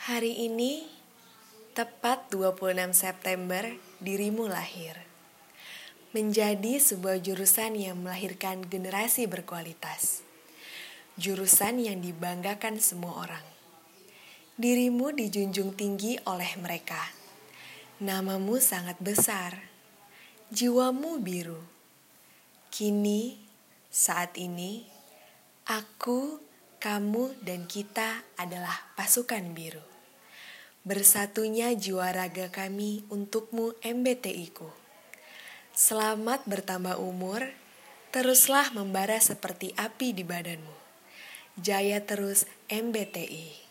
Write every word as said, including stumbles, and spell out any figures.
Hari ini, tepat dua puluh enam September, dirimu lahir. Menjadi sebuah jurusan yang melahirkan generasi berkualitas. Jurusan yang dibanggakan semua orang. Dirimu dijunjung tinggi oleh mereka. Namamu sangat besar. Jiwamu biru. Kini, saat ini, aku, kamu, dan kita adalah pasukan biru. Bersatunya jiwa raga kami untukmu M B T I-ku. Selamat bertambah umur, teruslah membara seperti api di badanmu. Jaya terus M B T I.